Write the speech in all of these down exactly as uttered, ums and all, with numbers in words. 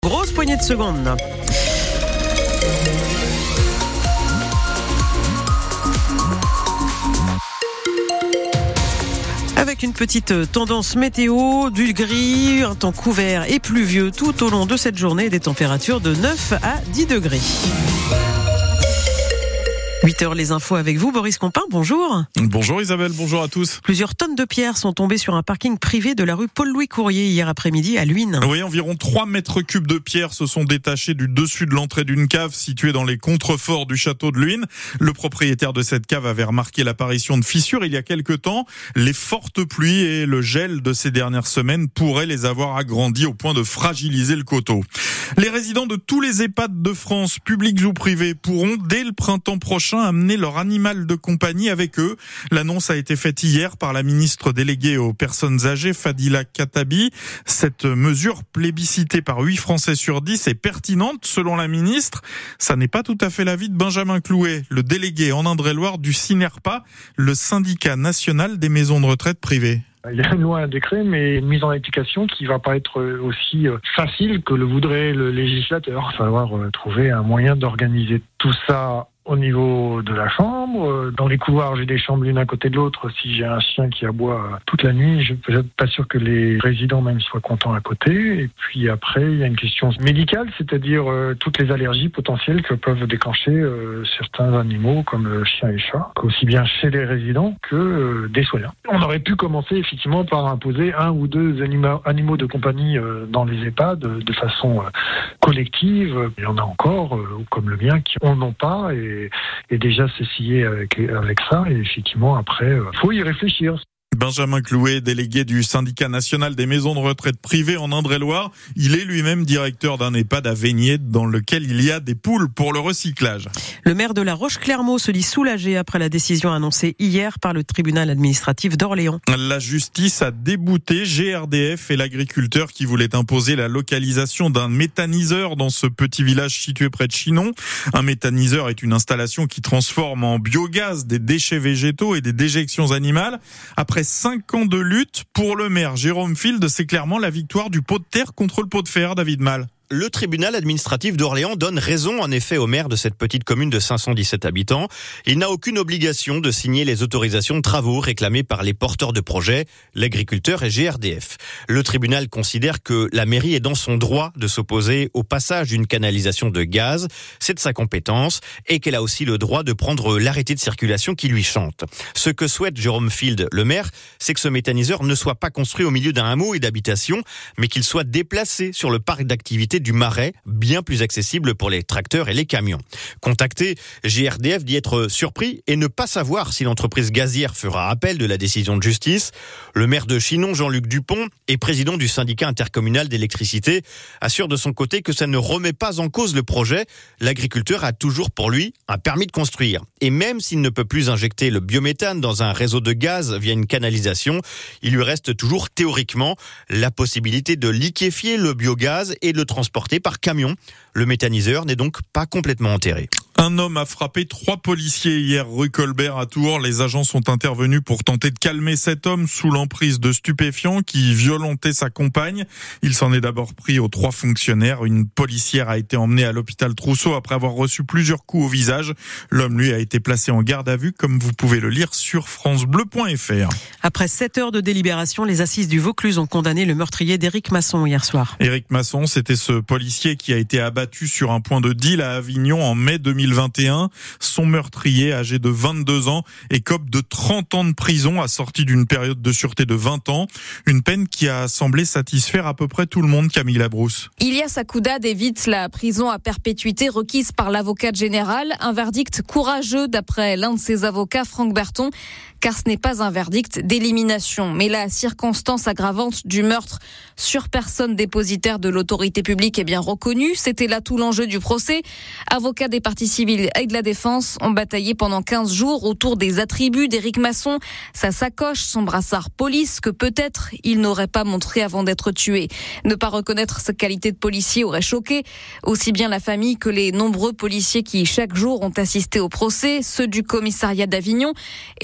Grosse poignée de secondes. Avec une petite tendance météo, du gris, un temps couvert et pluvieux tout au long de cette journée, des températures de neuf à dix degrés. huit heures, les infos avec vous, Boris Compin, bonjour. Bonjour Isabelle, bonjour à tous. Plusieurs tonnes de pierres sont tombées sur un parking privé de la rue Paul-Louis Courrier hier après-midi à Luynes. Oui, environ trois mètres cubes de pierres se sont détachés du dessus de l'entrée d'une cave située dans les contreforts du château de Luynes. Le propriétaire de cette cave avait remarqué l'apparition de fissures il y a quelque temps. Les fortes pluies et le gel de ces dernières semaines pourraient les avoir agrandis au point de fragiliser le coteau. Les résidents de tous les EHPAD de France, publics ou privés, pourront dès le printemps prochain amener leur animal de compagnie avec eux. L'annonce a été faite hier par la ministre déléguée aux personnes âgées, Fadila Khattabi. Cette mesure plébiscitée par huit Français sur dix est pertinente selon la ministre. Ça n'est pas tout à fait l'avis de Benjamin Clouet, le délégué en Indre-et-Loire du SINERPA, le syndicat national des maisons de retraite privées. Il y a une loi, un décret, mais une mise en application qui va pas être aussi facile que le voudrait le législateur. Il va falloir trouver un moyen d'organiser tout ça au niveau de la chambre. Dans les couloirs, j'ai des chambres l'une à côté de l'autre. Si j'ai un chien qui aboie toute la nuit, je ne suis pas sûr que les résidents même soient contents à côté. Et puis après, il y a une question médicale, c'est-à-dire euh, toutes les allergies potentielles que peuvent déclencher euh, certains animaux comme euh, chiens et chats, aussi bien chez les résidents que euh, des soignants. On aurait pu commencer effectivement par imposer un ou deux anima- animaux de compagnie euh, dans les EHPAD de, de façon euh, collective. Il y en a encore, euh, comme le mien, qui en ont pas et Et, et déjà s'essayer avec, avec ça, et effectivement après, il faut y réfléchir. Benjamin Clouet, délégué du syndicat national des maisons de retraite privées en Indre-et-Loire, il est lui-même directeur d'un EHPAD à Vaigné dans lequel il y a des poules pour le recyclage. Le maire de La Roche-Clermault se dit soulagé après la décision annoncée hier par le tribunal administratif d'Orléans. La justice a débouté G R D F et l'agriculteur qui voulait imposer la localisation d'un méthaniseur dans ce petit village situé près de Chinon. Un méthaniseur est une installation qui transforme en biogaz des déchets végétaux et des déjections animales. Après cinq ans de lutte, pour le maire Jérôme Field, c'est clairement la victoire du pot de terre contre le pot de fer, David Mal. Le tribunal administratif d'Orléans donne raison en effet au maire de cette petite commune de cinq cent dix-sept habitants. Il n'a aucune obligation de signer les autorisations de travaux réclamées par les porteurs de projets, l'agriculteur et G R D F. Le tribunal considère que la mairie est dans son droit de s'opposer au passage d'une canalisation de gaz, c'est de sa compétence, et qu'elle a aussi le droit de prendre l'arrêté de circulation qui lui chante. Ce que souhaite Jérôme Field, le maire, c'est que ce méthaniseur ne soit pas construit au milieu d'un hameau et d'habitation, mais qu'il soit déplacé sur le parc d'activité du Marais, bien plus accessible pour les tracteurs et les camions. Contacté, G R D F dit être surpris et ne pas savoir si l'entreprise gazière fera appel de la décision de justice. Le maire de Chinon, Jean-Luc Dupont, et président du syndicat intercommunal d'électricité, assure de son côté que ça ne remet pas en cause le projet. L'agriculteur a toujours pour lui un permis de construire. Et même s'il ne peut plus injecter le biométhane dans un réseau de gaz via une canalisation, il lui reste toujours théoriquement la possibilité de liquéfier le biogaz et de le transporter par camion. Le méthaniseur n'est donc pas complètement enterré. Un homme a frappé trois policiers hier rue Colbert à Tours. Les agents sont intervenus pour tenter de calmer cet homme sous l'emprise de stupéfiants qui violentait sa compagne. Il s'en est d'abord pris aux trois fonctionnaires. Une policière a été emmenée à l'hôpital Trousseau après avoir reçu plusieurs coups au visage. L'homme, lui, a été placé en garde à vue, comme vous pouvez le lire sur francebleu point f r. Après sept heures de délibération, les assises du Vaucluse ont condamné le meurtrier d'Éric Masson hier soir. Éric Masson, c'était ce policier qui a été abattu sur un point de deal à Avignon en mai deux mille vingt et un. Son meurtrier, âgé de vingt-deux ans, écope de trente ans de prison, assorti d'une période de sûreté de vingt ans. Une peine qui a semblé satisfaire à peu près tout le monde, Camille Labrousse. Ilias Akoudad évite la prison à perpétuité requise par l'avocate générale. Un verdict courageux d'après l'un de ses avocats, Franck Berton, car ce n'est pas un verdict d'élimination, mais la circonstance aggravante du meurtre sur personne dépositaire de l'autorité publique est bien reconnue. C'était là tout l'enjeu du procès. Avocats des parties civiles et de la défense ont bataillé pendant quinze jours autour des attributs d'Éric Masson, sa sacoche, son brassard police que peut-être il n'aurait pas montré avant d'être tué. Ne pas reconnaître sa qualité de policier aurait choqué aussi bien la famille que les nombreux policiers qui chaque jour ont assisté au procès, ceux du commissariat d'Avignon et toute la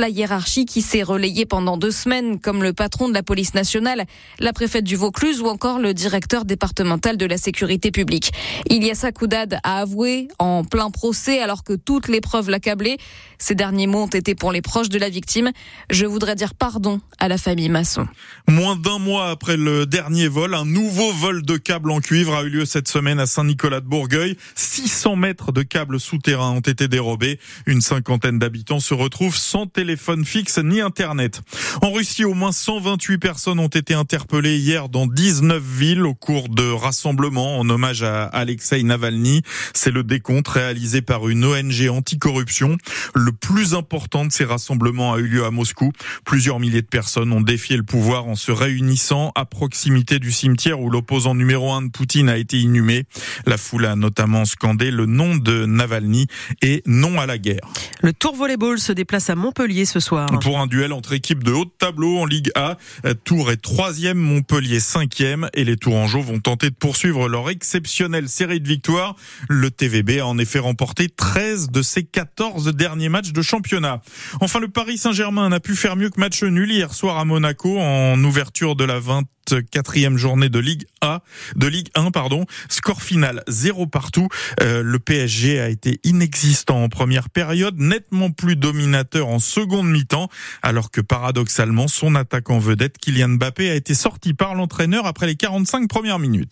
la hiérarchie qui s'est relayée pendant deux semaines, comme le patron de la police nationale, la préfète du Vaucluse ou encore le directeur départemental de la sécurité publique. Ilyas Akoudad a avoué en plein procès alors que toutes les preuves l'accablaient. Ces derniers mots ont été pour les proches de la victime. Je voudrais dire pardon à la famille Masson. Moins d'un mois après le dernier vol, un nouveau vol de câbles en cuivre a eu lieu cette semaine à Saint-Nicolas-de-Bourgueil. six cents mètres de câbles souterrains ont été dérobés. Une cinquantaine d'habitants se retrouvent sans téléphone fixe ni internet. En Russie, au moins cent vingt-huit personnes ont été interpellées hier dans dix-neuf villes au cours de rassemblements en hommage à Alexeï Navalny. C'est le décompte réalisé par une O N G anticorruption. Le plus important de ces rassemblements a eu lieu à Moscou. Plusieurs milliers de personnes ont défié le pouvoir en se réunissant à proximité du cimetière où l'opposant numéro un de Poutine a été inhumé. La foule a notamment scandé le nom de Navalny et non à la guerre. Le Tour Volleyball se déplace à Montpellier ce soir. Pour un duel entre équipes de haut de tableau en Ligue A, Tours est troisième, Montpellier cinquième et les Tourangeaux vont tenter de poursuivre leur exceptionnelle série de victoires. Le T V B a en effet remporté treize de ses quatorze derniers matchs de championnat. Enfin, le Paris Saint-Germain n'a pu faire mieux que match nul hier soir à Monaco en ouverture de la vingt-quatrième journée de Ligue A, de Ligue un, pardon. Score final zéro partout. Euh, le P S G a été inexistant en première période, nettement plus dominateur en seconde mi-temps, alors que paradoxalement, son attaquant vedette Kylian Mbappé a été sorti par l'entraîneur après les quarante-cinq premières minutes.